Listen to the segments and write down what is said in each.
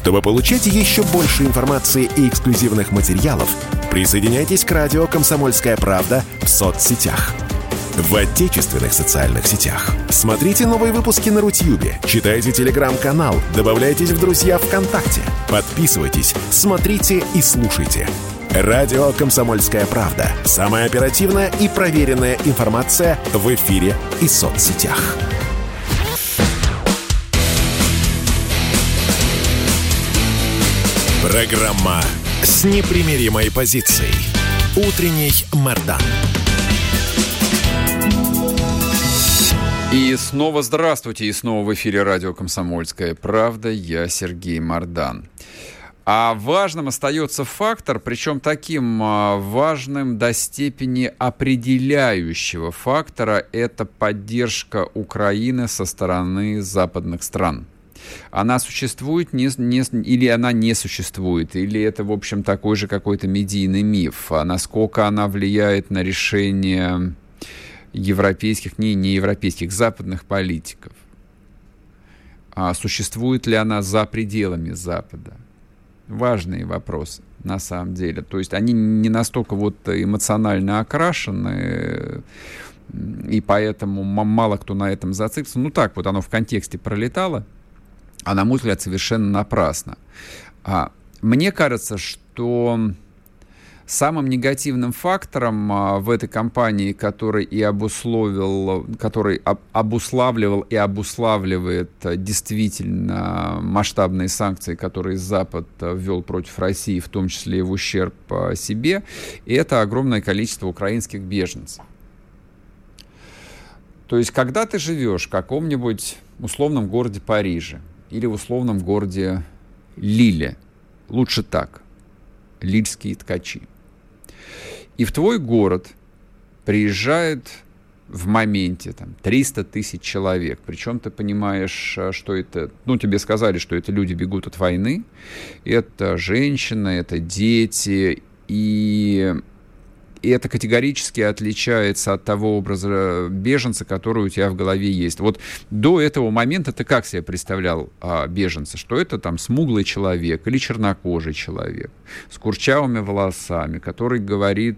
Чтобы получать еще больше информации и эксклюзивных материалов, присоединяйтесь к радио «Комсомольская правда» в соцсетях. В отечественных социальных сетях. Смотрите новые выпуски на Рутьюбе, читайте телеграм-канал, добавляйтесь в друзья ВКонтакте, подписывайтесь, смотрите и слушайте. Радио «Комсомольская правда». Самая оперативная и проверенная информация в эфире и соцсетях. Программа с непримиримой позицией. Утренний Мардан. И снова здравствуйте, и снова в эфире радио «Комсомольская правда». Я Сергей Мардан. А важным остается фактор, причем таким важным до степени определяющего фактора, это поддержка Украины со стороны западных стран. Она существует или она не существует, или это, в общем, такой же какой-то медийный миф. А насколько она влияет на решение европейских, не европейских, западных политиков? А существует ли она за пределами Запада? Важные вопросы, на самом деле. То есть они не настолько вот эмоционально окрашены, и поэтому мало кто на этом зациклился. Ну так вот оно в контексте пролетало, а на мой взгляд совершенно напрасно. Мне кажется, что самым негативным фактором в этой кампании, который обуславливал и обуславливает действительно масштабные санкции, которые Запад ввел против России, в том числе и в ущерб себе, это огромное количество украинских беженцев. То есть, когда ты живешь в каком-нибудь условном городе Париже или в условном городе Лиле, лучше так, лильские ткачи, и в твой город приезжает в моменте 300 тысяч человек. Причем ты понимаешь, что это... тебе сказали, что это люди бегут от войны. Это женщины, это дети. И это категорически отличается от того образа беженца, который у тебя в голове есть. Вот до этого момента ты как себе представлял беженца? Что это смуглый человек или чернокожий человек с курчавыми волосами, который говорит,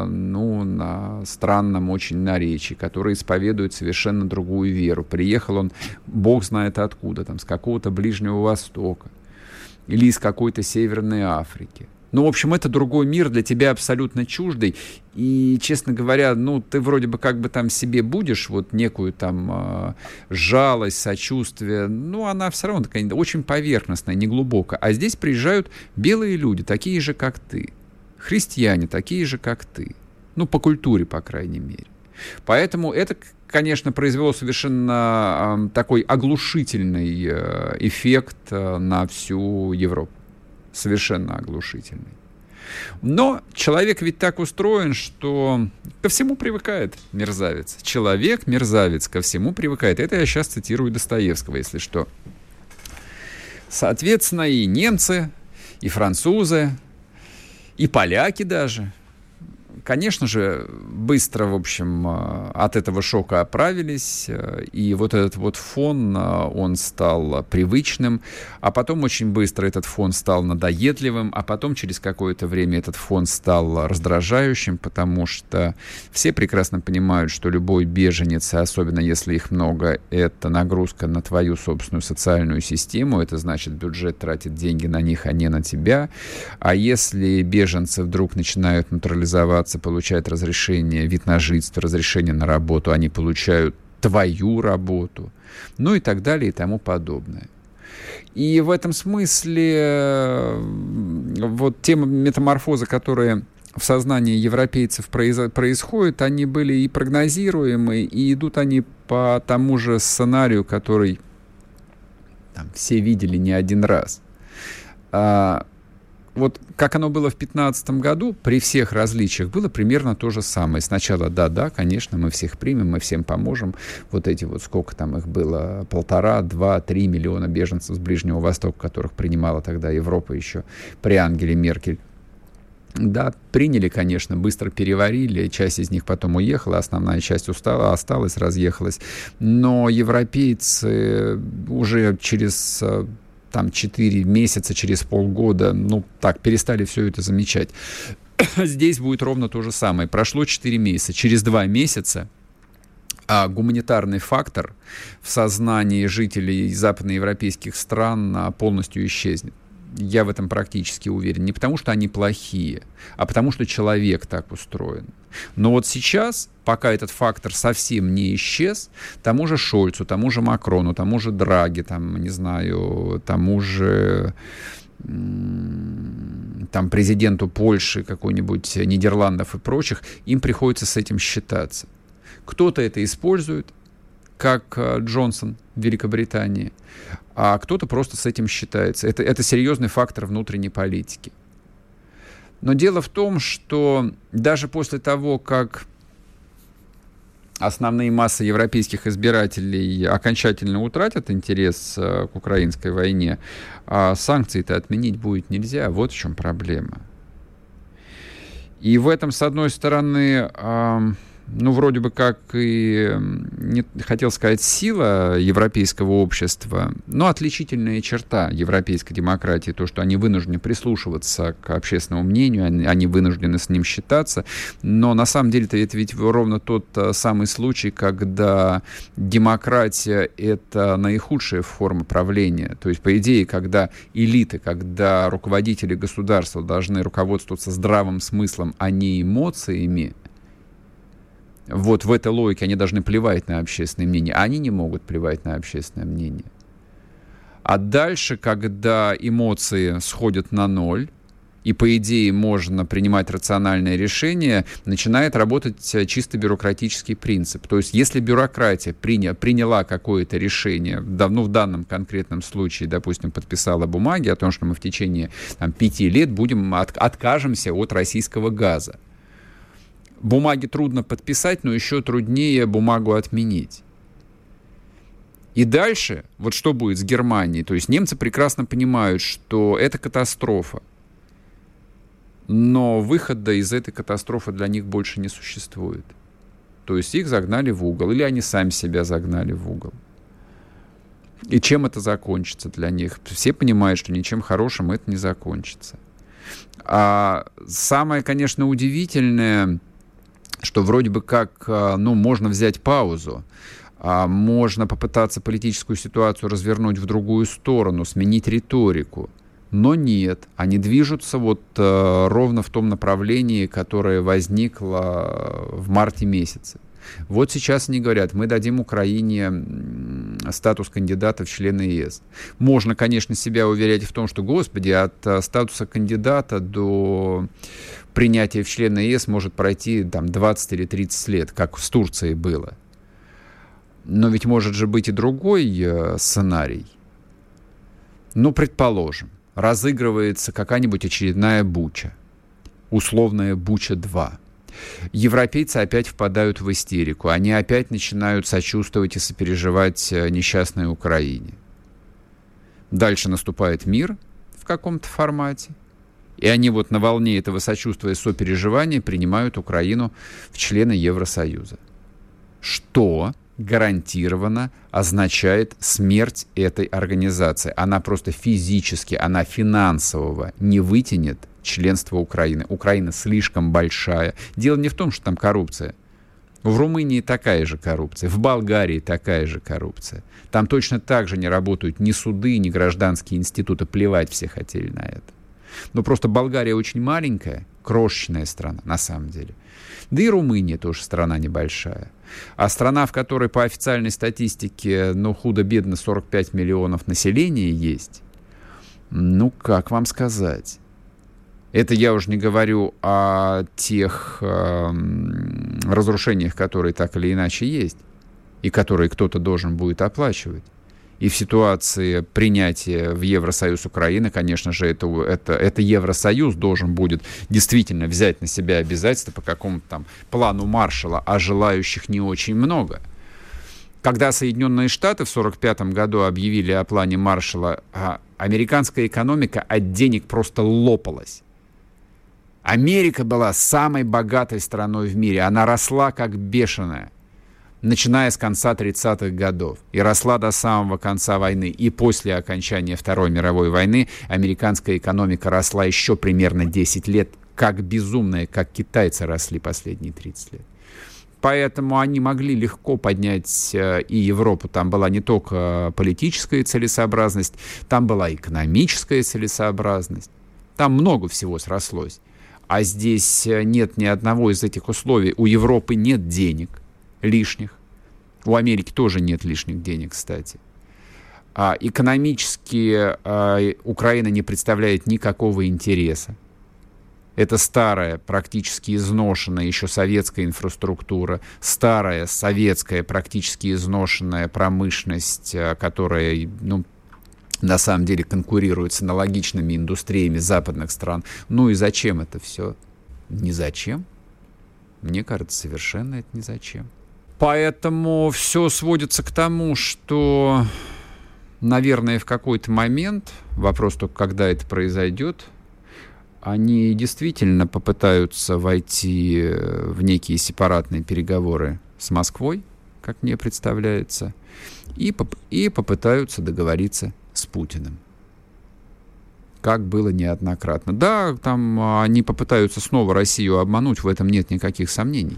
на странном очень наречии, который исповедует совершенно другую веру. Приехал он, бог знает откуда, с какого-то Ближнего Востока или из какой-то Северной Африки. В общем, это другой мир, для тебя абсолютно чуждый. И, честно говоря, ты вроде бы себе будешь некую жалость, сочувствие, она все равно такая очень поверхностная, неглубокая. А здесь приезжают белые люди, такие же, как ты. Христиане, такие же, как ты. По культуре, по крайней мере. Поэтому это, конечно, произвело совершенно такой оглушительный эффект на всю Европу. Совершенно оглушительный. Но человек ведь так устроен, что ко всему привыкает, мерзавец. Человек, мерзавец, ко всему привыкает. Это я сейчас цитирую Достоевского, если что. Соответственно, и немцы, и французы, и поляки даже, конечно же, быстро, в общем, от этого шока оправились, и вот этот фон, он стал привычным, а потом очень быстро этот фон стал надоедливым, а потом через какое-то время этот фон стал раздражающим, потому что все прекрасно понимают, что любой беженец, особенно если их много, это нагрузка на твою собственную социальную систему, это значит, бюджет тратит деньги на них, а не на тебя, а если беженцы вдруг начинают натурализоваться, получают разрешение, вид на жительство, разрешение на работу, они получают твою работу, и так далее и тому подобное. И в этом смысле те метаморфозы, которые в сознании европейцев происходят, они были и прогнозируемы, и идут они по тому же сценарию, который все видели не один раз. Вот как оно было в 2015 году, при всех различиях было примерно то же самое. Сначала да, конечно, мы всех примем, мы всем поможем. Сколько их было, 1,5, 2, 3 миллиона беженцев с Ближнего Востока, которых принимала тогда Европа еще при Ангеле Меркель. Да, приняли, конечно, быстро переварили, часть из них потом уехала, основная часть осталась, разъехалась. Но европейцы уже через там 4 месяца, через полгода, перестали все это замечать. Здесь будет ровно то же самое. Прошло 4 месяца. Через 2 месяца гуманитарный фактор в сознании жителей западноевропейских стран полностью исчезнет. Я в этом практически уверен. Не потому, что они плохие, а потому, что человек так устроен. Но вот сейчас, пока этот фактор совсем не исчез, тому же Шольцу, тому же Макрону, тому же Драги, тому же президенту Польши, какой-нибудь Нидерландов и прочих, им приходится с этим считаться. Кто-то это использует, как Джонсон в Великобритании, а кто-то просто с этим считается. Это серьезный фактор внутренней политики. Но дело в том, что даже после того, как основные массы европейских избирателей окончательно утратят интерес к украинской войне, санкции-то отменить будет нельзя. Вот в чем проблема. И в этом, с одной стороны, вроде бы как и, не хотел сказать, сила европейского общества, но отличительная черта европейской демократии, то, что они вынуждены прислушиваться к общественному мнению, они вынуждены с ним считаться, но на самом деле это ведь ровно тот самый случай, когда демократия — это наихудшая форма правления. То есть, по идее, когда элиты, когда руководители государства должны руководствоваться здравым смыслом, а не эмоциями, вот в этой логике они должны плевать на общественное мнение, а они не могут плевать на общественное мнение. А дальше, когда эмоции сходят на ноль, и, по идее, можно принимать рациональное решение, начинает работать чисто бюрократический принцип. То есть, если бюрократия приняла какое-то решение, в данном конкретном случае, допустим, подписала бумаги о том, что мы в течение 5 лет откажемся от российского газа. Бумаги трудно подписать, но еще труднее бумагу отменить. И дальше, вот что будет с Германией? То есть немцы прекрасно понимают, что это катастрофа. Но выхода из этой катастрофы для них больше не существует. То есть их загнали в угол, или они сами себя загнали в угол. И чем это закончится для них? Все понимают, что ничем хорошим это не закончится. А самое, конечно, удивительное, что вроде бы как, можно взять паузу, можно попытаться политическую ситуацию развернуть в другую сторону, сменить риторику. Но нет, они движутся ровно в том направлении, которое возникло в марте месяце. Вот сейчас они говорят, мы дадим Украине статус кандидата в члены ЕС. Можно, конечно, себя уверять в том, что, господи, от статуса кандидата до принятия в члены ЕС может пройти 20 или 30 лет, как с Турцией было. Но ведь может же быть и другой сценарий. Предположим, разыгрывается какая-нибудь очередная Буча, условная Буча-2. Европейцы опять впадают в истерику. Они опять начинают сочувствовать и сопереживать несчастной Украине. Дальше наступает мир в каком-то формате. И они на волне этого сочувствия и сопереживания принимают Украину в члены Евросоюза. Что гарантированно означает смерть этой организации. Она просто физически, она финансово не вытянет членство Украины. Украина слишком большая. Дело не в том, что там коррупция. В Румынии такая же коррупция, в Болгарии такая же коррупция. Там точно так же не работают ни суды, ни гражданские институты. Плевать все хотели на это. Но просто Болгария очень маленькая, крошечная страна на самом деле. Да и Румыния тоже страна небольшая. А страна, в которой по официальной статистике, худо-бедно 45 миллионов населения есть, как вам сказать? Это я уже не говорю о тех разрушениях, которые так или иначе есть, и которые кто-то должен будет оплачивать. И в ситуации принятия в Евросоюз Украины, конечно же, это Евросоюз должен будет действительно взять на себя обязательства по какому-то плану Маршалла, а желающих не очень много. Когда Соединенные Штаты в 1945 году объявили о плане Маршалла, американская экономика от денег просто лопалась. Америка была самой богатой страной в мире, она росла как бешеная. начиная с конца 30-х годов, и росла до самого конца войны. И после окончания Второй мировой войны американская экономика росла еще примерно 10 лет, как безумная, как китайцы росли последние 30 лет. Поэтому они могли легко поднять и Европу. Там была не только политическая целесообразность, там была экономическая целесообразность. Там много всего срослось. А здесь нет ни одного из этих условий. У Европы нет денег лишних. У Америки тоже нет лишних денег, кстати. Экономически Украина не представляет никакого интереса. Это старая, практически изношенная еще советская инфраструктура, старая советская, практически изношенная промышленность, которая, на самом деле конкурирует с аналогичными индустриями западных стран. Ну и зачем это все? Не зачем. Мне кажется, совершенно это не зачем. Поэтому все сводится к тому, что, наверное, в какой-то момент, вопрос только, когда это произойдет, они действительно попытаются войти в некие сепаратные переговоры с Москвой, как мне представляется, и попытаются договориться с Путиным. Как было неоднократно. Да, там они попытаются снова Россию обмануть, в этом нет никаких сомнений.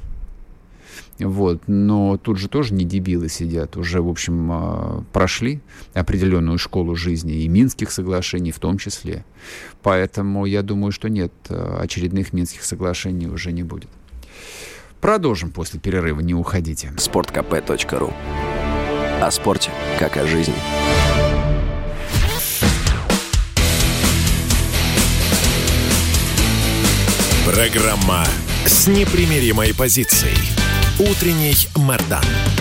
Но тут же тоже не дебилы сидят. Уже, в общем, прошли определенную школу жизни и Минских соглашений в том числе. Поэтому я думаю, что нет, очередных Минских соглашений уже не будет. Продолжим после перерыва, не уходите. sportkp.ru. О спорте, как о жизни. Программа с непримиримой позицией. Утренний Мардан.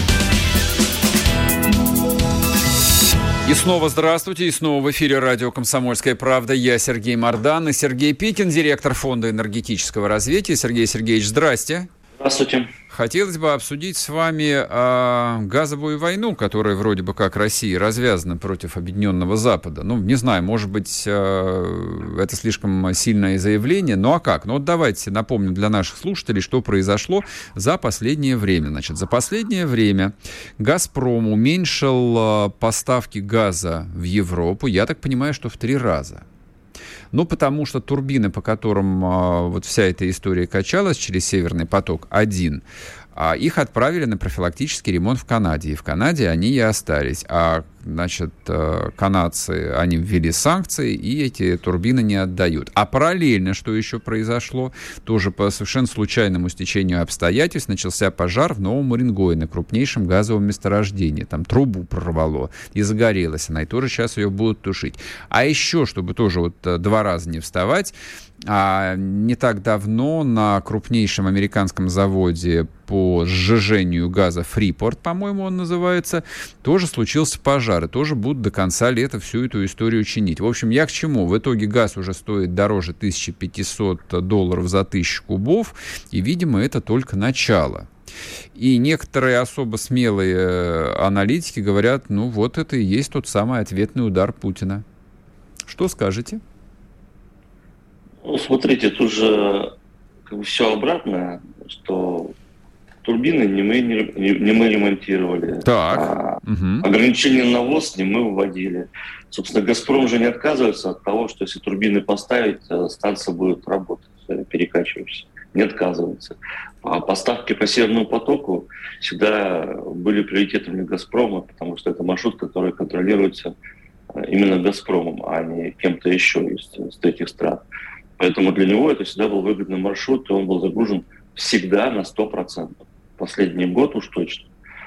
И снова здравствуйте, и снова в эфире радио «Комсомольская правда». Я Сергей Мардан и Сергей Пикин, директор Фонда энергетического развития. Сергей Сергеевич, здрасте. Здравствуйте. Хотелось бы обсудить с вами газовую войну, которая вроде бы как России развязана против Объединенного Запада. Не знаю, может быть, это слишком сильное заявление, а как? Давайте напомним для наших слушателей, что произошло за последнее время. Значит, за последнее время «Газпром» уменьшил поставки газа в Европу, я так понимаю, что в 3 раза. Потому что турбины, по которым вся эта история качалась через «Северный поток-1», их отправили на профилактический ремонт в Канаде. И в Канаде они и остались. Канадцы, они ввели санкции, и эти турбины не отдают. А параллельно, что еще произошло, тоже по совершенно случайному стечению обстоятельств, начался пожар в Новом Уренгое, на крупнейшем газовом месторождении. Там трубу прорвало, и загорелась она, и тоже сейчас ее будут тушить. А еще, чтобы тоже 2 раза не вставать, не так давно на крупнейшем американском заводе по сжижению газа Freeport, по-моему, он называется, тоже случился пожар, и тоже будут до конца лета всю эту историю чинить. В общем, я к чему? В итоге газ уже стоит дороже $1500 за 1000 кубов, и, видимо, это только начало. И некоторые особо смелые аналитики говорят, это и есть тот самый ответный удар Путина. Что скажете? Смотрите, тут же все обратно, что турбины не мы ремонтировали. Так. Ограничения на ввоз не мы вводили. Собственно, «Газпром» же не отказывается от того, что если турбины поставить, станция будет работать, перекачивающаяся. Не отказывается. А поставки по «Северному потоку» всегда были приоритетом для «Газпрома», потому что это маршрут, который контролируется именно «Газпромом», а не кем-то еще из третьих стран. Поэтому для него это всегда был выгодный маршрут, и он был загружен всегда на 100%. Последний год уж точно.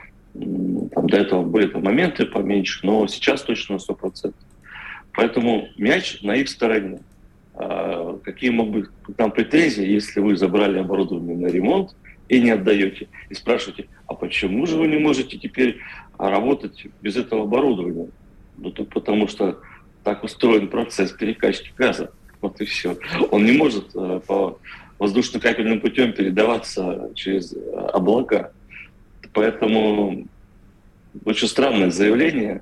До этого были моменты поменьше, но сейчас точно на 100%. Поэтому мяч на их стороне. Какие могут быть там претензии, если вы забрали оборудование на ремонт и не отдаете? И спрашиваете, а почему же вы не можете теперь работать без этого оборудования? Потому что так устроен процесс перекачки газа. Вот и все. Он не может по воздушно-капельным путем передаваться через облака. Поэтому очень странное заявление.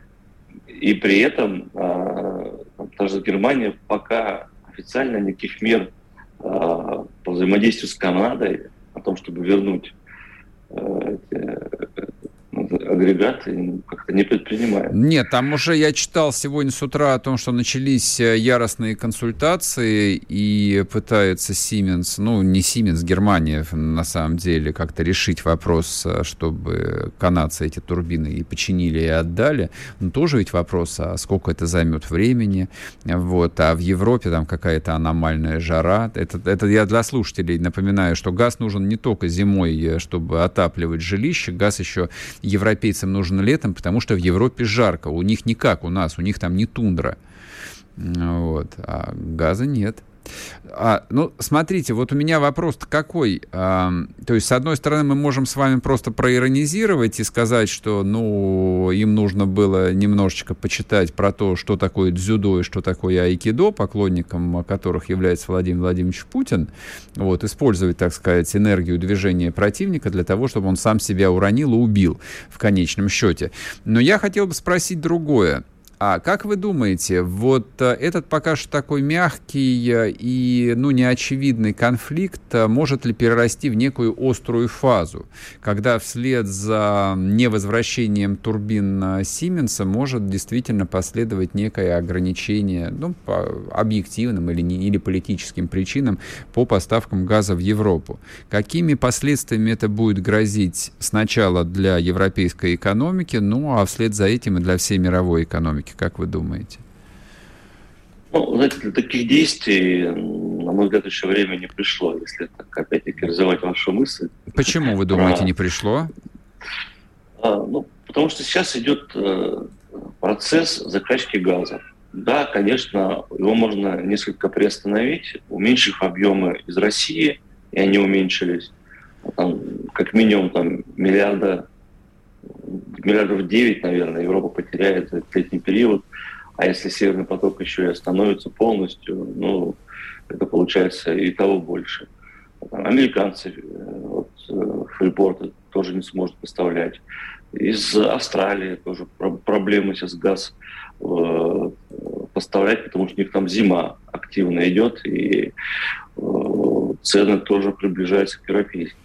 И при этом даже Германия пока официально никаких мер по взаимодействию с Канадой о том, чтобы вернуть агрегаты как-то не предпринимают. Нет, там уже я читал сегодня с утра о том, что начались яростные консультации, и пытается Siemens, не Siemens, Германия на самом деле, как-то решить вопрос, чтобы канадцы эти турбины и починили, и отдали. Но тоже ведь вопрос, а сколько это займет времени, а в Европе там какая-то аномальная жара. Это я для слушателей напоминаю, что газ нужен не только зимой, чтобы отапливать жилище, газ еще европейцам нужен летом, потому что в Европе жарко. У них не как у нас, у них там не тундра. А газа нет. Смотрите, вот у меня вопрос-то какой. То есть, с одной стороны, мы можем с вами просто проиронизировать и сказать, что, им нужно было немножечко почитать про то, что такое дзюдо и что такое айкидо, поклонником которых является Владимир Владимирович Путин, использовать, так сказать, энергию движения противника для того, чтобы он сам себя уронил и убил в конечном счете. Но я хотел бы спросить другое. А как вы думаете, этот пока что такой мягкий и, неочевидный конфликт может ли перерасти в некую острую фазу, когда вслед за невозвращением турбин Siemens может действительно последовать некое ограничение, по объективным или политическим причинам по поставкам газа в Европу? Какими последствиями это будет грозить сначала для европейской экономики, а вслед за этим и для всей мировой экономики? Как вы думаете? Знаете, для таких действий, на мой взгляд, еще время не пришло, если так, опять-таки, развивать вашу мысль. Почему, вы думаете, не пришло? Потому что сейчас идет процесс закачки газа. Да, конечно, его можно несколько приостановить, уменьшив объемы из России, и они уменьшились. Как минимум миллиардов 9, наверное, Европа потеряет за летний период. А если Северный поток еще и остановится полностью, это получается и того больше. Американцы Фрипорт тоже не сможет поставлять. Из Австралии тоже проблемы сейчас газ поставлять, потому что у них там зима активно идет, и цены тоже приближаются к европейским.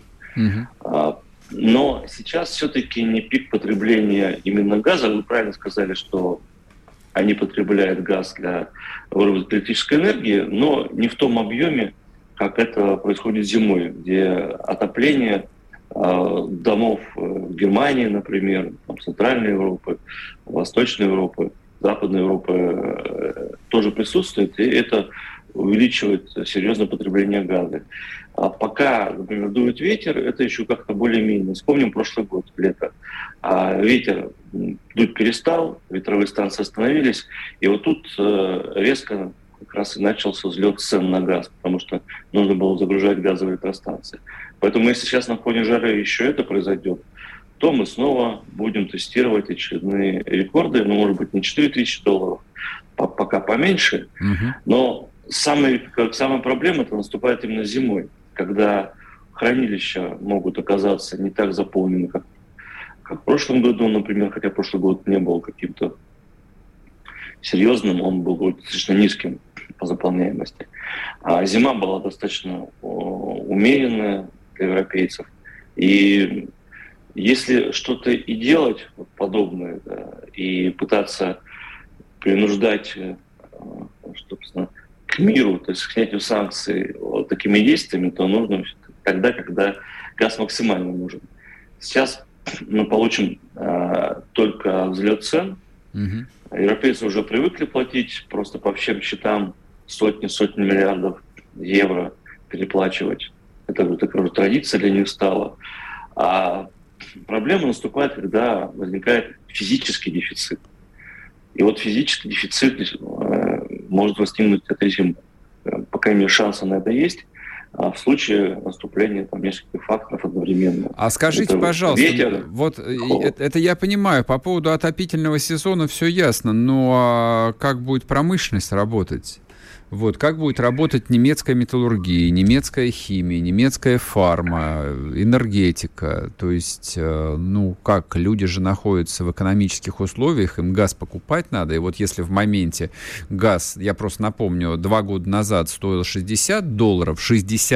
Но сейчас все-таки не пик потребления именно газа. Вы правильно сказали, что они потребляют газ для выработки электрической энергии, но не в том объеме, как это происходит зимой, где отопление домов в Германии, например, Центральной Европы, Восточной Европы, Западной Европы тоже присутствует, и это увеличивает серьезное потребление газа. А пока, например, дует ветер, это еще как-то более-менее. Вспомним прошлый год, лето. Ветер дуть перестал, ветровые станции остановились, и тут резко как раз и начался взлет цен на газ, потому что нужно было загружать газовые электростанции. Поэтому если сейчас на фоне жары еще это произойдет, то мы снова будем тестировать очередные рекорды, может быть, не $4000, пока поменьше, но самая проблема это наступает именно зимой, когда хранилища могут оказаться не так заполнены, как в прошлом году, например, хотя прошлый год не был каким-то серьезным, он был достаточно низким по заполняемости. А зима была достаточно умеренная для европейцев. И если что-то и делать подобное, и пытаться принуждать, собственно, к миру, то есть к снятию санкций такими действиями, то нужно тогда, когда газ максимально нужен. Сейчас мы получим только взлет цен. Европейцы уже привыкли платить просто по всем счетам сотни миллиардов евро переплачивать. Это уже традиция для них стала. А проблема наступает, когда возникает физический дефицит. И физический дефицит может возникнуть этой зимой. По крайней мере, шансы на это есть. В случае наступления нескольких факторов одновременно. А скажите, пожалуйста, ветер, это я понимаю, по поводу отопительного сезона все ясно, но как будет промышленность работать? Как будет работать немецкая металлургия, немецкая химия, немецкая фарма, энергетика? То есть, как люди же находятся в экономических условиях, им газ покупать надо. И если в моменте газ, я просто напомню, 2 года назад стоил $60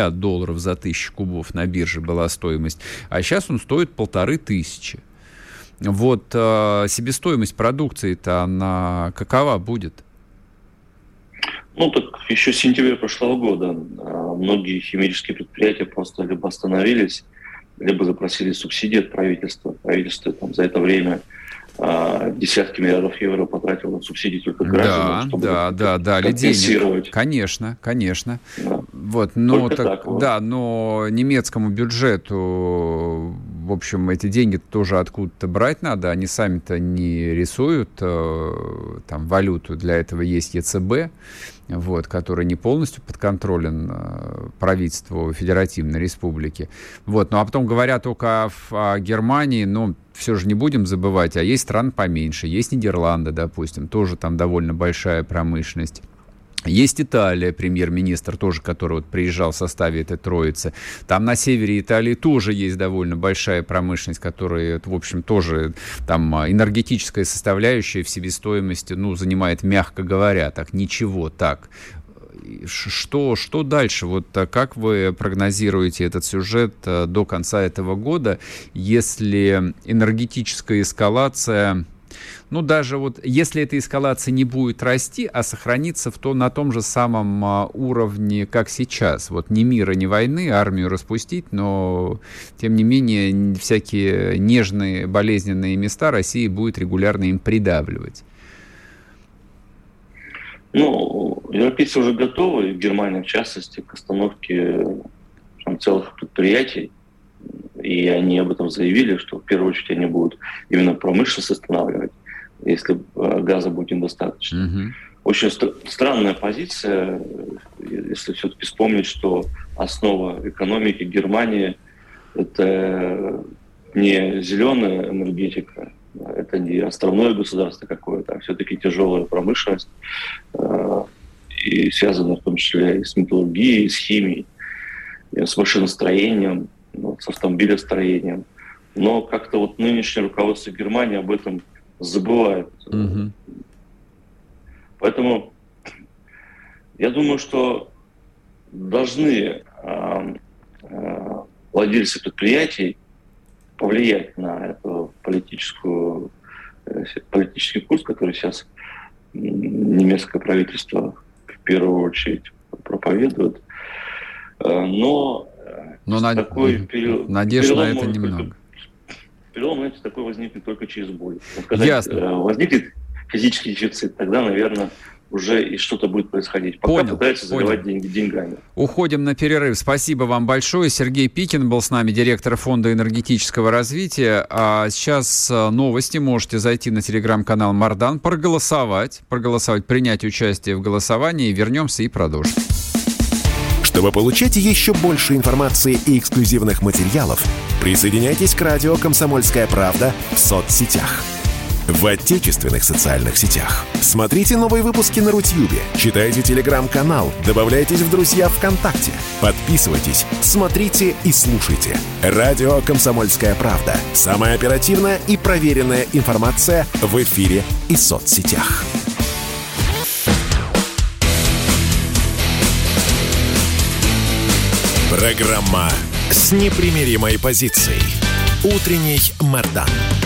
за 1000 кубов на бирже была стоимость, а сейчас он стоит 1500. Вот себестоимость продукции-то, она какова будет? Ну, так еще с сентября прошлого года многие химические предприятия просто либо остановились, либо запросили субсидии от правительства. Правительство там за это время десятки миллиардов евро потратило на субсидии только гражданам, чтобы компенсировать. Конечно. Да. Вот, но но немецкому бюджету, в общем, эти деньги тоже откуда-то брать надо. Они сами-то не рисуют там валюту. Для этого есть ЕЦБ, вот, который не полностью подконтролен правительству Федеративной Республики. Вот, ну а потом говорят только о Германии, но все же не будем забывать, а есть страны поменьше, есть Нидерланды, допустим, тоже там довольно большая промышленность. Есть Италия, премьер-министр тоже, который вот приезжал в составе этой троицы. Там на севере Италии тоже есть довольно большая промышленность, которая, в общем, тоже там энергетическая составляющая в себестоимости, ну, занимает, мягко говоря, так, ничего, так. Что дальше? Вот как вы прогнозируете этот сюжет до конца этого года, если энергетическая эскалация... Ну, даже вот если эта эскалация не будет расти, а сохранится на том же самом уровне, как сейчас. Вот ни мира, ни войны, армию распустить, но, тем не менее, всякие нежные, болезненные места Россия будет регулярно им придавливать. Ну, европейцы уже готовы, Германия в частности, к остановке целых предприятий. И они об этом заявили, что в первую очередь они будут именно промышленность останавливать, если газа будет недостаточно. Mm-hmm. Очень странная позиция, если все-таки вспомнить, что основа экономики Германии – это не зеленая энергетика, это не островное государство какое-то, а все-таки тяжелая промышленность, и связанная в том числе и с металлургией, и с химией, и с машиностроением, с автомобилестроением. Но как-то вот нынешнее руководство Германии об этом забывает. Mm-hmm. Поэтому я думаю, что должны владельцы предприятий повлиять на эту политический курс, который сейчас немецкое правительство в первую очередь проповедует. Но надежда на это немного. Перелом, знаете, такой возникнет только через боль. Вот когда возникнет физический дефицит, тогда, наверное, уже и что-то будет происходить. Пока пытаются заливать деньги деньгами. Уходим на перерыв. Спасибо вам большое. Сергей Пикин был с нами, директор Фонда энергетического развития. А сейчас новости. Можете зайти на телеграм-канал Мардан, проголосовать, принять участие в голосовании. Вернемся и продолжим. Чтобы получать еще больше информации и эксклюзивных материалов, присоединяйтесь к радио «Комсомольская правда» в соцсетях. В отечественных социальных сетях. Смотрите новые выпуски на Рутьюбе, читайте телеграм-канал, добавляйтесь в друзья ВКонтакте, подписывайтесь, смотрите и слушайте. Радио «Комсомольская правда». Самая оперативная и проверенная информация в эфире и соцсетях. Программа с непримиримой позицией. Утренний Мардан.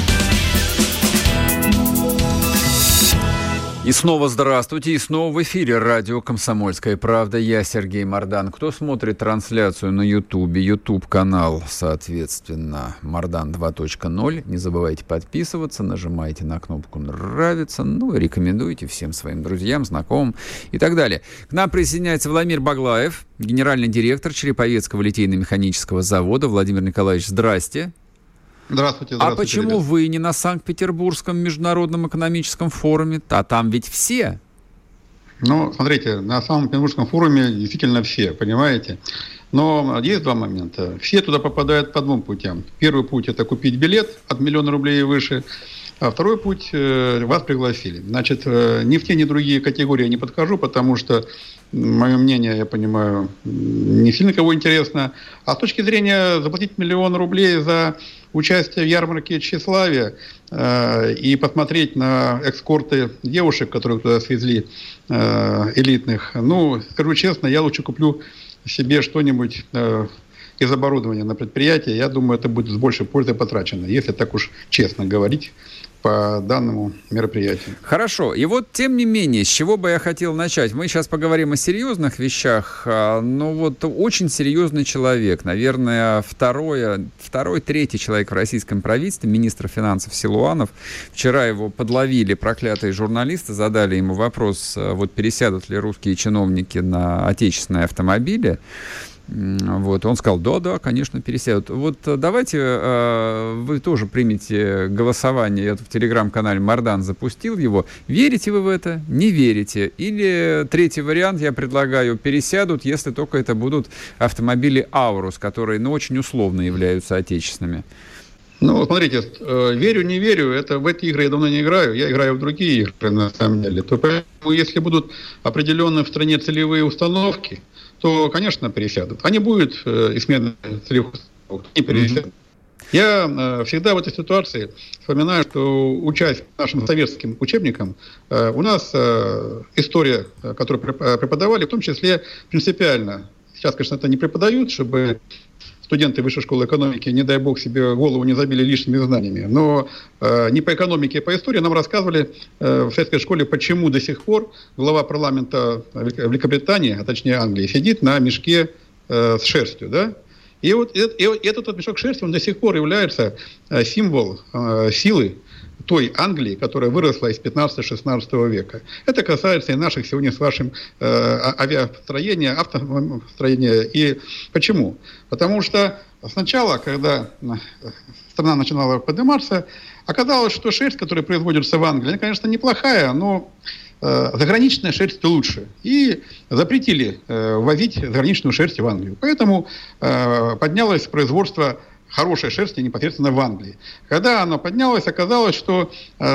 И снова здравствуйте, и снова в эфире радио «Комсомольская правда». Я Сергей Мардан. Кто смотрит трансляцию на Ютубе, Ютуб-канал, соответственно, Мардан 2.0. Не забывайте подписываться, нажимайте на кнопку «Нравится», ну и рекомендуйте всем своим друзьям, знакомым и так далее. К нам присоединяется Владимир Баглаев, генеральный директор Череповецкого литейно-механического завода. Владимир Николаевич, здрасте. Здравствуйте. А почему ребят? Вы не на Санкт-Петербургском международном экономическом форуме? А там ведь все. Ну, смотрите, на Санкт-Петербургском форуме действительно все, понимаете? Но есть два момента. Все туда попадают по двум путям. Первый путь – это купить билет от 1 000 000 рублей и выше. А второй путь – вас пригласили. Значит, ни в те, ни в другие категории я не подхожу, потому что мое мнение, я понимаю, не сильно кого интересно. А с точки зрения заплатить 1 000 000 рублей за участие в ярмарке тщеславия и посмотреть на эскорты девушек, которых туда свезли, элитных, ну, скажу честно, я лучше куплю себе что-нибудь из оборудования на предприятие, я думаю, это будет с большей пользой потрачено, если так уж честно говорить по данному мероприятию. Хорошо. И вот, тем не менее, с чего бы я хотел начать? Мы сейчас поговорим о серьезных вещах, но вот очень серьезный человек, наверное, второй, третий человек в российском правительстве, министр финансов Силуанов. Вчера его подловили проклятые журналисты, задали ему вопрос, вот пересядут ли русские чиновники на отечественные автомобили. Вот, он сказал, да, конечно, пересядут. Вот давайте вы тоже примите голосование. Я в телеграм-канале Мардан запустил его. Верите вы в это? Не верите? Или третий вариант я предлагаю, пересядут, если только это будут автомобили Аурус, которые, очень условно являются отечественными. Смотрите, верю, не верю, это в эти игры я давно не играю, я играю в другие игры, на самом деле. То поэтому, если будут определенные в стране целевые установки, то, конечно, пересядут. А не будет и смены целевых установок, не пересядут. Я всегда в этой ситуации вспоминаю, что, учась нашим советским учебникам, у нас история, которую преподавали, в том числе принципиально. Сейчас, конечно, это не преподают, чтобы студенты Высшей школы экономики, не дай бог, себе голову не забили лишними знаниями. Но не по экономике, а по истории нам рассказывали в советской школе, почему до сих пор глава парламента Великобритании, а точнее Англии, сидит на мешке с шерстью, да? И вот этот мешок шерсти, он до сих пор является символом силы той Англии, которая выросла из 15-16 века. Это касается и наших сегодня с вашим авиастроения, автостроения. И почему? Потому что сначала, когда страна начинала подниматься, оказалось, что шерсть, которая производится в Англии, она, конечно, неплохая, но заграничная шерсть лучше. И запретили возить заграничную шерсть в Англию. Поэтому поднялось производство хорошей шерсти непосредственно в Англии. Когда она поднялась, оказалось, что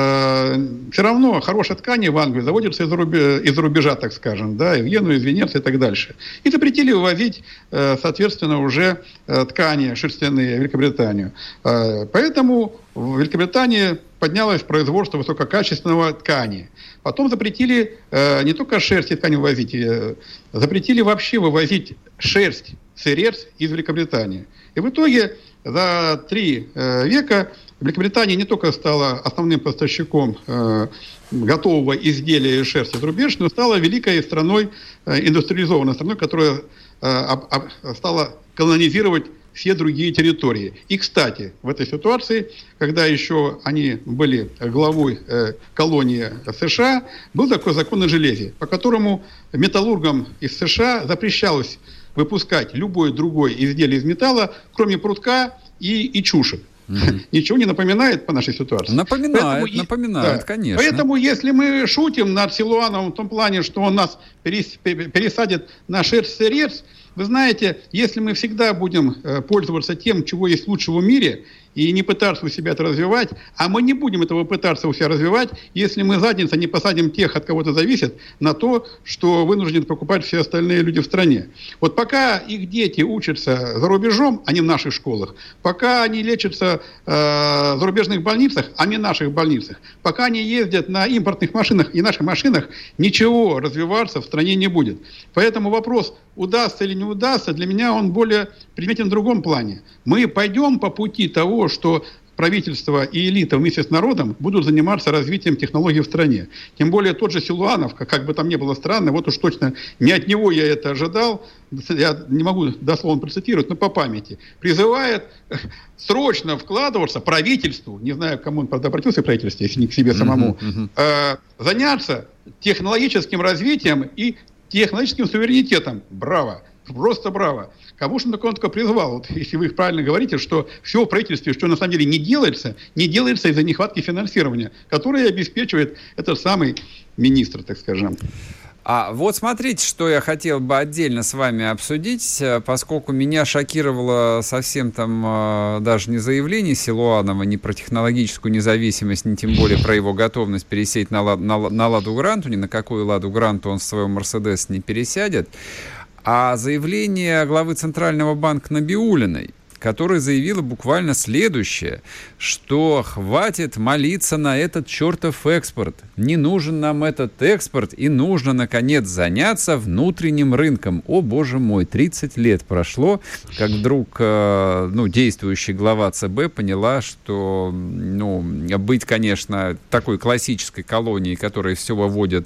все равно хорошие ткани в Англии заводятся из-за рубежа, так скажем, да, из Вены, из Венеции и так дальше. И запретили вывозить, соответственно, уже ткани шерстяные в Великобританию. Поэтому в Великобритании поднялось производство высококачественного ткани. Потом запретили не только шерсть и ткань вывозить, запретили вообще вывозить шерсть, сырец из Великобритании. И в итоге за 3 века Великобритания не только стала основным поставщиком готового изделия из шерсти за рубеж, но стала великой страной, индустриализованной страной, которая стала колонизировать все другие территории. И, кстати, в этой ситуации, когда еще они были главой колонии США, был такой закон о железе, по которому металлургам из США запрещалось выпускать любое другое изделие из металла, кроме прутка и чушек. Ничего не напоминает по нашей ситуации? Напоминает, конечно. Поэтому, если мы шутим над Силуановым в том плане, что он нас пересадит на шерсть-сырец, вы знаете, если мы всегда будем пользоваться тем, чего есть лучшего в мире, и не пытаться у себя это развивать, а мы не будем этого пытаться у себя развивать, если мы задница не посадим тех, от кого это зависит, на то, что вынуждены покупать все остальные люди в стране. Вот пока их дети учатся за рубежом, а не в наших школах, пока они лечатся в зарубежных больницах, а не в наших больницах, пока они ездят на импортных машинах и наших машинах, ничего развиваться в стране не будет. Поэтому вопрос, удастся или не удастся, для меня он более предметен в другом плане. Мы пойдем по пути того, что правительство и элита вместе с народом будут заниматься развитием технологий в стране. Тем более тот же Силуанов, как бы там ни было странно, вот уж точно не от него я это ожидал, я не могу дословно процитировать, но по памяти, призывает срочно вкладываться правительству, не знаю, к кому он, правда, обратился в правительстве, если не к себе самому, заняться технологическим развитием и технологическим суверенитетом. Браво! Просто браво. Кого же он только призвал? Вот, если вы правильно говорите, что все в правительстве, что на самом деле не делается из-за нехватки финансирования, которое обеспечивает этот самый министр, так скажем. А вот смотрите, что я хотел бы отдельно с вами обсудить, поскольку меня шокировало совсем там даже не заявление Силуанова, ни про технологическую независимость, ни тем более про его готовность пересесть на Ладу Гранту, ни на какую Ладу Гранту он в своем Мерседес не пересядет, а заявление главы Центрального банка Набиуллиной, которая заявила буквально следующее, что хватит молиться на этот чертов экспорт. Не нужен нам этот экспорт, и нужно, наконец, заняться внутренним рынком. О, боже мой, 30 лет прошло, как вдруг действующая глава ЦБ поняла, что быть, конечно, такой классической колонией, которая все выводит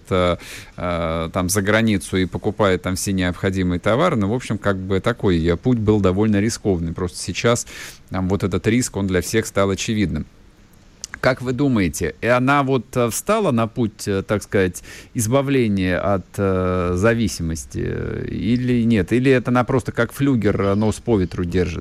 там за границу и покупает там все необходимые товары, в общем, как бы такой путь был довольно рискованный. Просто сейчас вот этот риск, он для всех стал очевидным. Как вы думаете, и она встала на путь, так сказать, избавления от зависимости или нет? Или это она просто как флюгер нос по ветру держит?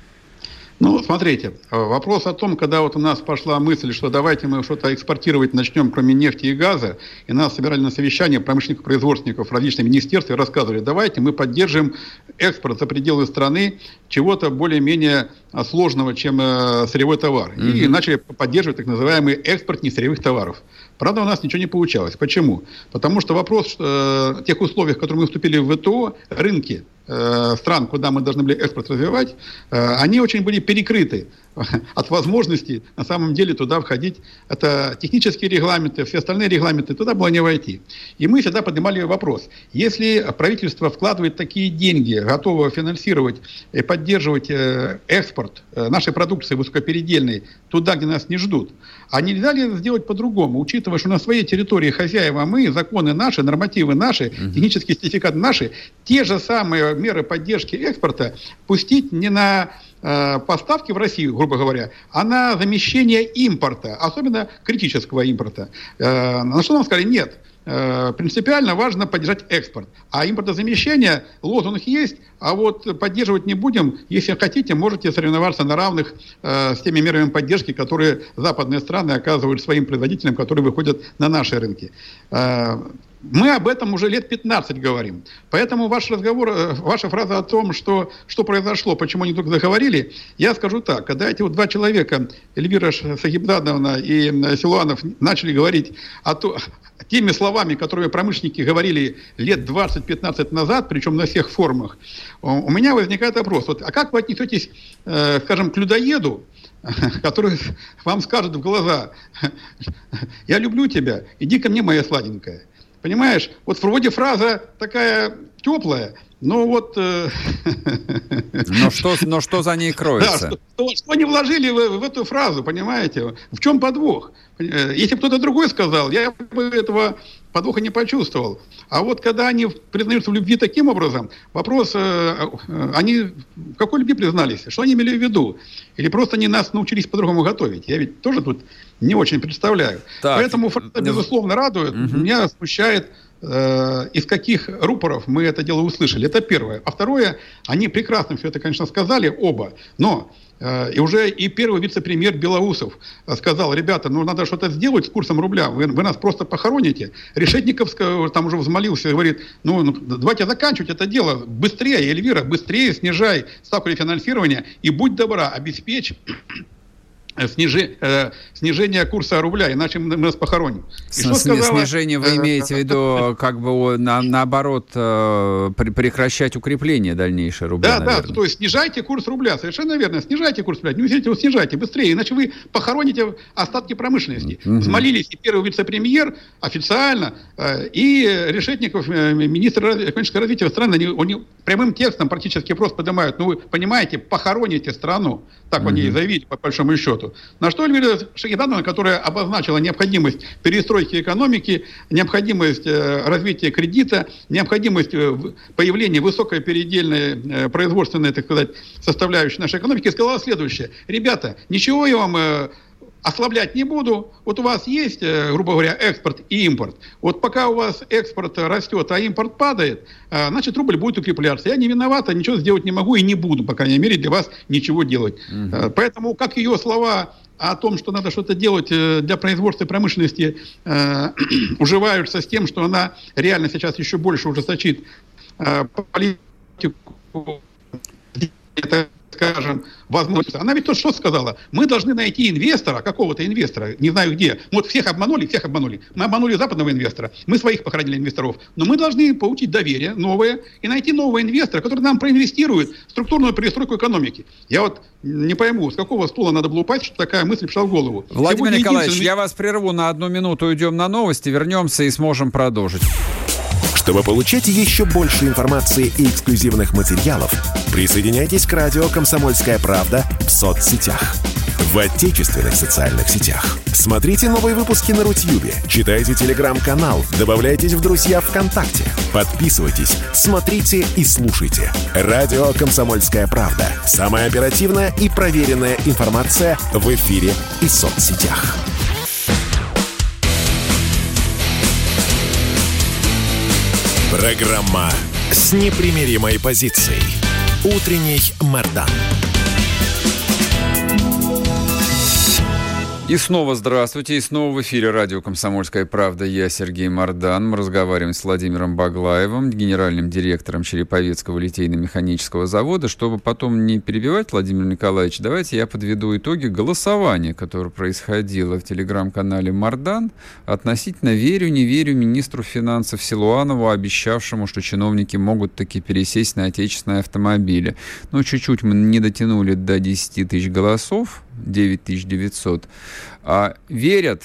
Смотрите, вопрос о том, когда у нас пошла мысль, что давайте мы что-то экспортировать начнем, кроме нефти и газа, и нас собирали на совещание промышленников, производственников различных министерств и рассказывали, давайте мы поддержим экспорт за пределы страны чего-то более-менее сложного, чем сырьевой товар. И начали поддерживать так называемый экспорт несырьевых товаров. Правда, у нас ничего не получалось. Почему? Потому что вопрос тех условий, в которые мы вступили в ВТО, рынки стран, куда мы должны были экспорт развивать, они очень были перекрыты от возможности на самом деле туда входить. Это технические регламенты, все остальные регламенты, туда было не войти. И мы всегда поднимали вопрос. Если правительство вкладывает такие деньги, готово финансировать и поддерживать экспорт нашей продукции высокопередельной туда, где нас не ждут, а нельзя ли сделать по-другому, учитывая, что на своей территории хозяева мы, законы наши, нормативы наши, технические сертификаты наши, те же самые меры поддержки экспорта пустить не на поставки в Россию, грубо говоря, а на замещение импорта, особенно критического импорта. На что нам сказали, нет, принципиально важно поддержать экспорт. А импортозамещение, лозунг есть, а поддерживать не будем. Если хотите, можете соревноваться на равных с теми мерами поддержки, которые западные страны оказывают своим производителям, которые выходят на наши рынки. Мы об этом уже лет 15 говорим. Поэтому ваш разговор, ваша фраза о том, что произошло, почему они только заговорили, я скажу так. Когда эти два человека, Эльвира Сагибдановна и Силуанов, начали говорить теми словами, которые промышленники говорили лет 20-15 назад, причем на всех форумах, у меня возникает вопрос. А как вы отнесетесь, скажем, к людоеду, который вам скажет в глаза: «Я люблю тебя, иди ко мне, моя сладенькая». Понимаешь, вроде фраза такая теплая, но Но что за ней кроется? Да, что они вложили в эту фразу, понимаете? В чем подвох? Если бы кто-то другой сказал, я бы этого подвоха не почувствовал. А когда они признаются в любви таким образом, вопрос, они в какой любви признались? Что они имели в виду? Или просто они нас научились по-другому готовить? Я ведь тоже тут не очень представляю. Так. Поэтому фраза, безусловно, радует. Меня смущает, из каких рупоров мы это дело услышали. Это первое. А второе, они прекрасно все это, конечно, сказали оба, но и первый вице-премьер Белоусов сказал: ребята, надо что-то сделать с курсом рубля, вы нас просто похороните. Решетников там уже взмолился, говорит, давайте заканчивать это дело, быстрее, Эльвира, быстрее снижай ставку рефинансирования и будь добра, обеспечь снижение курса рубля, иначе мы нас похороним. Снижение вы имеете в виду, наоборот, прекращать укрепление дальнейшее рубля, наверное. Да, то есть снижайте курс рубля, совершенно верно, снижайте курс рубля, не усилите, снижайте быстрее, иначе вы похороните остатки промышленности. Взмолились и первый вице-премьер официально, и Решетников, министр экономического развития страны, они прямым текстом практически просто поднимают, вы понимаете, похороните страну, так они и заявили, по большому счету. На что Эльвира Сагибдановна, которая обозначила необходимость перестройки экономики, необходимость развития кредита, необходимость появления высокопередельной производственной, так сказать, составляющей нашей экономики, сказала следующее: ребята, ничего я вам ослаблять не буду. У вас есть, грубо говоря, экспорт и импорт. Пока у вас экспорт растет, а импорт падает, значит, рубль будет укрепляться. Я не виновата, ничего сделать не могу и не буду, по крайней мере, для вас ничего делать. Поэтому, как ее слова о том, что надо что-то делать для производства и промышленности, уживаются с тем, что она реально сейчас еще больше ужесточит политику скажем, возможность. Она ведь что сказала? Мы должны найти инвестора, какого-то инвестора, не знаю где. Вот всех обманули. Мы обманули западного инвестора, мы своих похоронили инвесторов. Но мы должны получить доверие новое и найти нового инвестора, который нам проинвестирует в структурную перестройку экономики. Я вот не пойму, с какого стула надо было упасть, чтобы такая мысль пришла в голову. Владимир Николаевич, я вас прерву на 1 минуту, уйдем на новости, вернемся и сможем продолжить. Чтобы получать еще больше информации и эксклюзивных материалов, присоединяйтесь к радио «Комсомольская правда» в соцсетях. В отечественных социальных сетях. Смотрите новые выпуски на Рутьюбе, читайте телеграм-канал, добавляйтесь в друзья ВКонтакте, подписывайтесь, смотрите и слушайте. Радио «Комсомольская правда». Самая оперативная и проверенная информация в эфире и соцсетях. Программа с непримиримой позицией. Утренний Мардан. И снова здравствуйте, и снова в эфире радио «Комсомольская правда». Я Сергей Мардан. Мы разговариваем с Владимиром Баглаевым, генеральным директором Череповецкого литейно-механического завода. Чтобы потом не перебивать Владимира Николаевича, давайте я подведу итоги голосования, которое происходило в телеграм-канале «Мардан» относительно верю-не верю министру финансов Силуанову, обещавшему, что чиновники могут таки пересесть на отечественные автомобили. Но чуть-чуть мы не дотянули до 10 тысяч голосов, 9900. А верят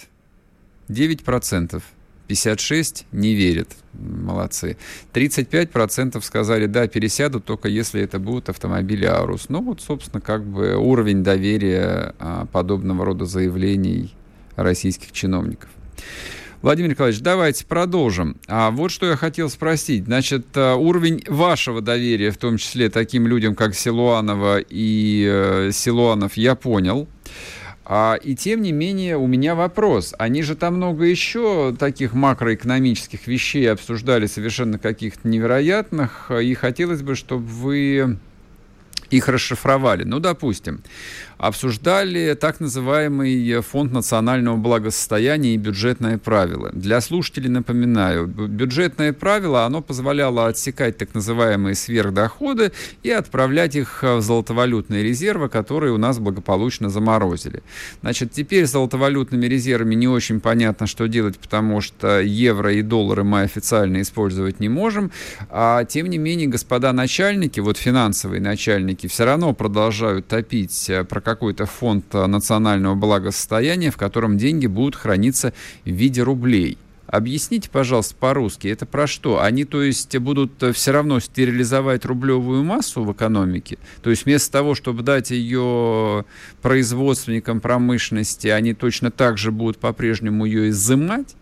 9%, 56% не верят. Молодцы. 35% сказали, да, пересядут, только если это будут автомобили Аурус. Ну вот, собственно, как бы уровень доверия подобного рода заявлений российских чиновников. Владимир Николаевич, давайте продолжим. А вот что я хотел спросить. Значит, уровень вашего доверия, в том числе таким людям, как Силуанова и Силуанов, я понял. И тем не менее у меня вопрос. Они же там много еще таких макроэкономических вещей обсуждали, совершенно каких-то невероятных, и хотелось бы, чтобы вы их расшифровали. Ну, допустим, обсуждали так называемый Фонд национального благосостояния и бюджетное правило. Для слушателей напоминаю, бюджетное правило, оно позволяло отсекать так называемые сверхдоходы и отправлять их в золотовалютные резервы, которые у нас благополучно заморозили. Значит, теперь с золотовалютными резервами не очень понятно, что делать, потому что евро и доллары мы официально использовать не можем. Тем не менее, господа начальники, вот финансовые начальники, все равно продолжают топить про какой-то фонд национального благосостояния, в котором деньги будут храниться в виде рублей. Объясните, пожалуйста, по-русски, это про что? Они, то есть, будут все равно стерилизовать рублевую массу в экономике? То есть, вместо того, чтобы дать ее производственникам промышленности, они точно так же будут по-прежнему ее изымать?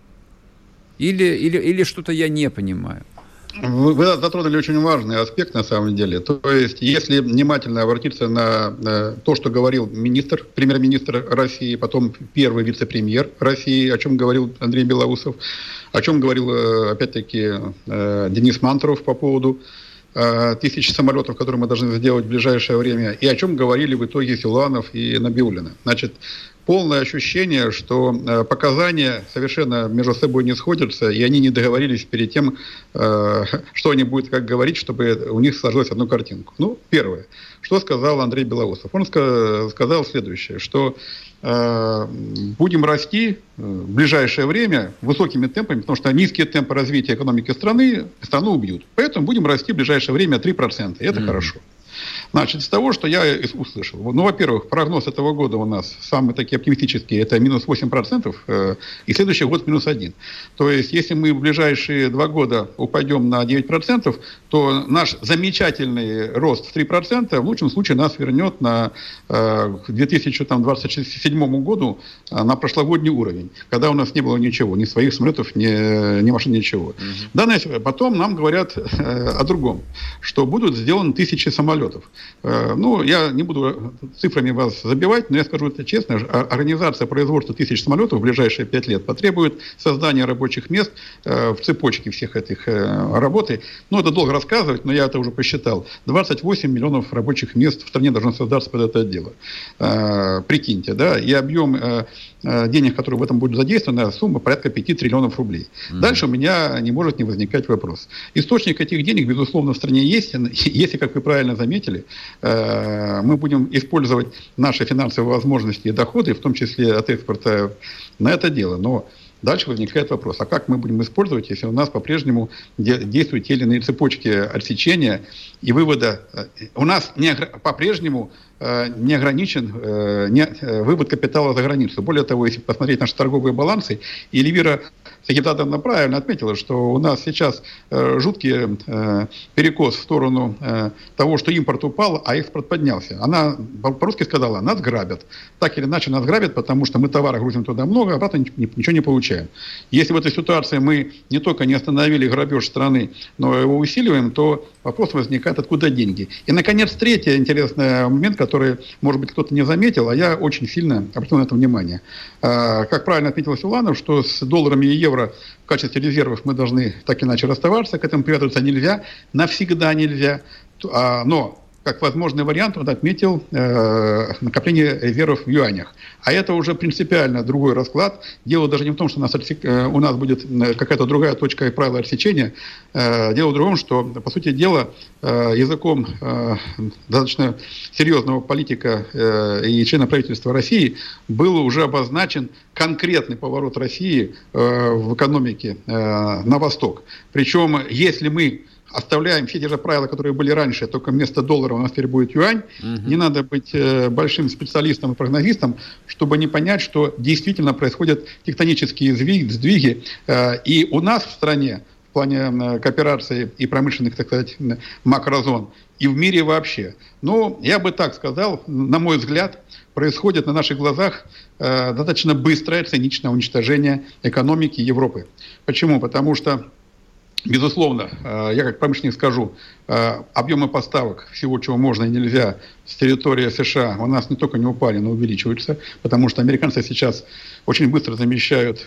Или что-то я не понимаю? Вы затронули очень важный аспект, на самом деле. То есть, если внимательно обратиться на то, что говорил премьер-министр России, потом первый вице-премьер России, о чем говорил Андрей Белоусов, о чем говорил, опять-таки, Денис Мантуров по поводу 1000 самолетов, которые мы должны сделать в ближайшее время, и о чем говорили в итоге Силуанов и Набиуллина. Значит, полное ощущение, что показания совершенно между собой не сходятся, и они не договорились перед тем, что они будут как говорить, чтобы у них сложилась одну картинку. Ну, первое. Что сказал Андрей Белоусов? Он сказал следующее, что будем расти в ближайшее время высокими темпами, потому что низкие темпы развития экономики страну убьют. Поэтому будем расти в ближайшее время 3%. И это хорошо. Значит, из того, что я услышал. Ну, во-первых, прогноз этого года у нас самый такие оптимистический, это минус 8%, и следующий год минус 1%. То есть, если мы в ближайшие 2 года упадем на 9%, то наш замечательный рост в 3% в лучшем случае нас вернет к 2027 году на прошлогодний уровень, когда у нас не было ничего, ни своих самолетов, ни машин, ничего. Потом нам говорят о другом, что будут сделаны 1000 самолетов. Ну, я не буду цифрами вас забивать, но я скажу это честно. Организация производства 1000 самолетов в ближайшие 5 лет потребует создания рабочих мест в цепочке всех этих работ. Ну, это долго рассказывать, но я это уже посчитал. 28 миллионов рабочих мест в стране должно создаться под это дело. Прикиньте, да, и объем денег, которые в этом будут задействованы, сумма порядка 5 триллионов рублей. Дальше у меня не может не возникать вопрос. Источник этих денег, безусловно, в стране есть. Если, как вы правильно заметили, мы будем использовать наши финансовые возможности и доходы, в том числе от экспорта, на это дело. Но дальше возникает вопрос, а как мы будем использовать, если у нас по-прежнему действуют те или иные цепочки отсечения и вывода? У нас по-прежнему не ограничен вывод капитала за границу. Более того, если посмотреть наши торговые балансы, и Эльвира Сагидатовна правильно отметила, что у нас сейчас жуткий перекос в сторону того, что импорт упал, а экспорт поднялся. Она по-русски сказала, нас грабят. Так или иначе нас грабят, потому что мы товара грузим туда много, а обратно ничего не получаем. Если в этой ситуации мы не только не остановили грабеж страны, но его усиливаем, то вопрос возникает, откуда деньги. И, наконец, третий интересный момент, который, может быть, кто-то не заметил, а я очень сильно обратил на это внимание. Как правильно отметил Силуанов, что с долларами и евро в качестве резервов мы должны так или иначе расставаться, к этому привязываться нельзя, навсегда нельзя, но как возможный вариант он отметил накопление резервов в юанях. А это уже принципиально другой расклад. Дело даже не в том, что у нас будет какая-то другая точка и правила отсечения. Дело в другом, что, по сути дела, языком достаточно серьезного политика и члена правительства России был уже обозначен конкретный поворот России в экономике на восток. Причем, если мы оставляем все те же правила, которые были раньше, только вместо доллара у нас теперь будет юань. Не надо быть большим специалистом и прогнозистом, чтобы не понять, что действительно происходят тектонические сдвиги. И у нас в стране в плане кооперации и промышленных, так сказать, макрозон, и в мире вообще. Но я бы так сказал, на мой взгляд, происходит на наших глазах достаточно быстрое циничное уничтожение экономики Европы. Почему? Потому что безусловно, я как промышленник скажу, объемы поставок всего, чего можно и нельзя с территории США у нас не только не упали, но увеличиваются, потому что американцы сейчас очень быстро замещают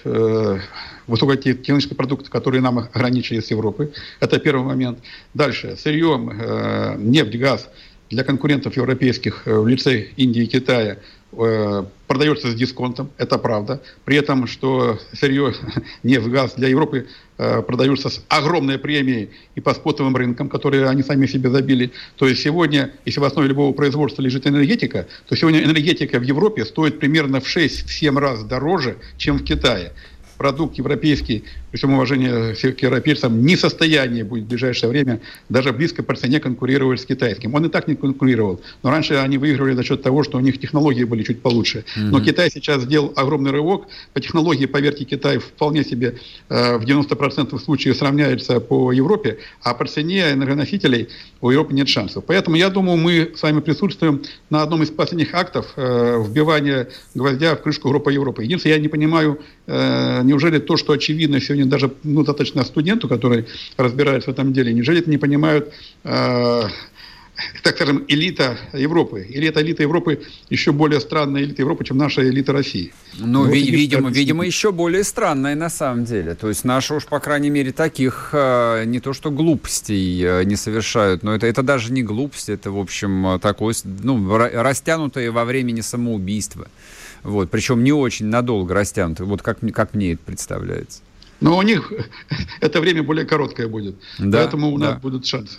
высокотехнологические продукты, которые нам ограничили с Европы. Это первый момент. Дальше. Сырье, нефть, газ для конкурентов европейских в лице Индии и Китая продается с дисконтом, это правда. При этом, что сырье, нефть, газ для Европы продаются с огромной премией и по спотовым рынкам, которые они сами себе забили. То есть сегодня, если в основе любого производства лежит энергетика, то сегодня энергетика в Европе стоит примерно в 6-7 раз дороже, чем в Китае. Продукт европейский, при всем уважении к европейцам, не в состоянии будет в ближайшее время даже близко по цене конкурировать с китайским. Он и так не конкурировал. Но раньше они выигрывали за счет того, что у них технологии были чуть получше. Но Китай сейчас сделал огромный рывок. По технологии, поверьте, Китай вполне себе в 90% случаев сравняется по Европе, а по цене энергоносителей у Европы нет шансов. Поэтому я думаю, мы с вами присутствуем на одном из последних актов вбивания гвоздя в крышку Европы. Единственное, я не понимаю, неужели то, что очевидно сегодня даже достаточно студенту, который разбирается в этом деле, неужели это не понимают, так скажем, элита Европы? Или эта элита Европы еще более странная элита Европы, чем наша элита России? Ну, видимо, еще более странная на самом деле. То есть наши уж, по крайней мере, таких не то что глупостей не совершают, но это даже не глупость, это, в общем, такое, растянутое во времени самоубийство. Вот, причем не очень надолго растянуто, вот как мне это представляется. Но у них это время более короткое будет, да, поэтому у нас будут шансы.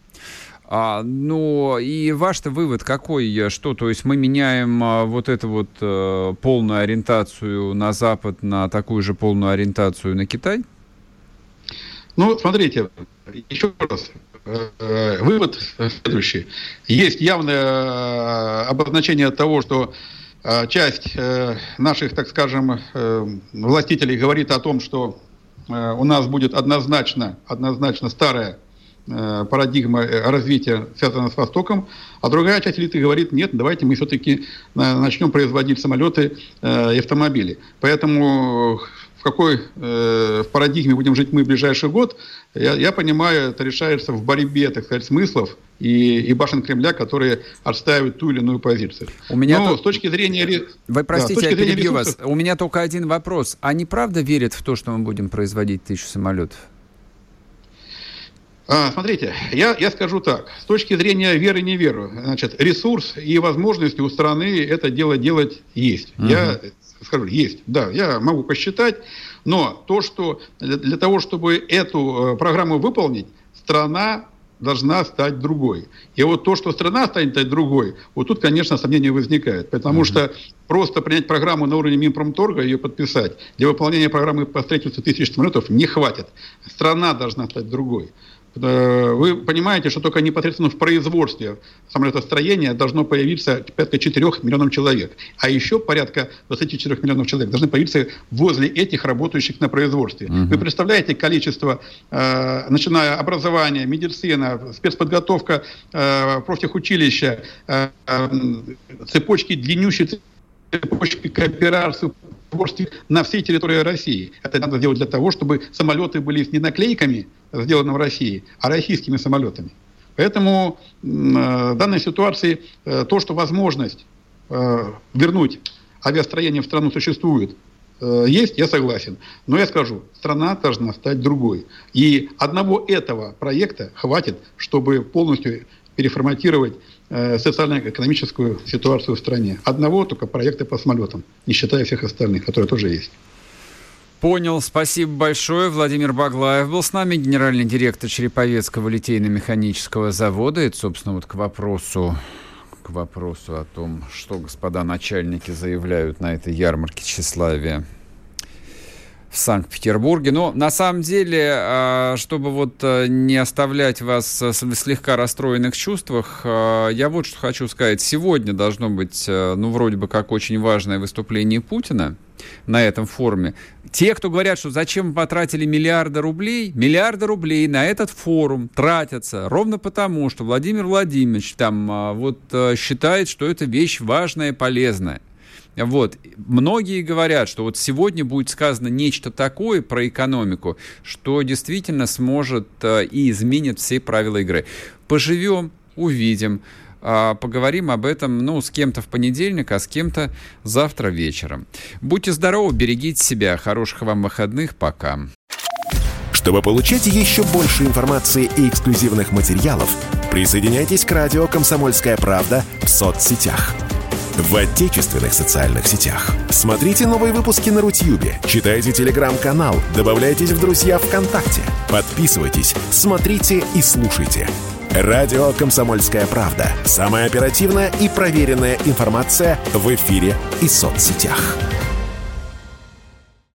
Ну, и ваш-то вывод какой? Что, то есть мы меняем вот эту вот полную ориентацию на Запад на такую же полную ориентацию на Китай? Ну, смотрите, еще раз. Вывод следующий. Есть явное обозначение того, что часть наших, так скажем, властителей говорит о том, что у нас будет однозначно старая парадигма развития, связанная с Востоком, а другая часть элиты говорит, нет, давайте мы все-таки начнем производить самолеты и автомобили. Поэтому в какой парадигме будем жить мы в ближайший год, я понимаю, это решается в борьбе, так сказать, смыслов и башен Кремля, которые отстаивают ту или иную позицию. С точки зрения... Вы простите, я перебью вас. У меня только один вопрос. Они правда верят в то, что мы будем производить 1000 самолетов? Смотрите, я скажу так. С точки зрения веры, не веру. Значит, ресурс и возможности у страны это дело делать есть. Я скажу, есть. Да, я могу посчитать. Но то, что для того, чтобы эту программу выполнить, страна должна стать другой. И вот то, что страна станет другой, вот тут, конечно, сомнения возникают. Потому что просто принять программу на уровне Минпромторга, ее подписать, для выполнения программы по строительству тысяч самолетов не хватит. Страна должна стать другой. Вы понимаете, что только непосредственно в производстве самолетостроения должно появиться порядка 4 миллионов человек. А еще порядка 24 миллионов человек должны появиться возле этих работающих на производстве. Вы представляете количество, начиная образование, медицина, спецподготовка, профтехучилища, цепочки, длиннющие цепочки кооперации на всей территории России. Это надо сделать для того, чтобы самолеты были не наклейками, сделанными в России, а российскими самолетами. Поэтому в данной ситуации то, что возможность вернуть авиастроение в страну существует, есть, я согласен. Но я скажу, страна должна стать другой. И одного этого проекта хватит, чтобы полностью переформатировать социально-экономическую ситуацию в стране. Одного только проекта по самолетам, не считая всех остальных, которые тоже есть. Понял. Спасибо большое. Владимир Баглаев был с нами, генеральный директор Череповецкого литейно-механического завода. Это, собственно, вот к вопросу о том, что господа начальники заявляют на этой ярмарке тщеславия в Санкт-Петербурге. Но на самом деле, чтобы вот не оставлять вас в слегка расстроенных чувствах, я вот что хочу сказать. Сегодня должно быть, вроде бы как очень важное выступление Путина на этом форуме. Те, кто говорят, что зачем потратили миллиарды рублей на этот форум тратятся ровно потому, что Владимир Владимирович считает, что это вещь важная и полезная. Вот. Многие говорят, что вот сегодня будет сказано нечто такое про экономику, что действительно сможет и изменит все правила игры. Поживем, увидим. Поговорим об этом, с кем-то в понедельник, а с кем-то завтра вечером. Будьте здоровы, берегите себя. Хороших вам выходных. Пока. Чтобы получать еще больше информации и эксклюзивных материалов, присоединяйтесь к радио «Комсомольская правда» в соцсетях. В отечественных социальных сетях. Смотрите новые выпуски на Рутьюбе, читайте телеграм-канал, добавляйтесь в друзья ВКонтакте, подписывайтесь, смотрите и слушайте. Радио «Комсомольская правда». Самая оперативная и проверенная информация в эфире и соцсетях.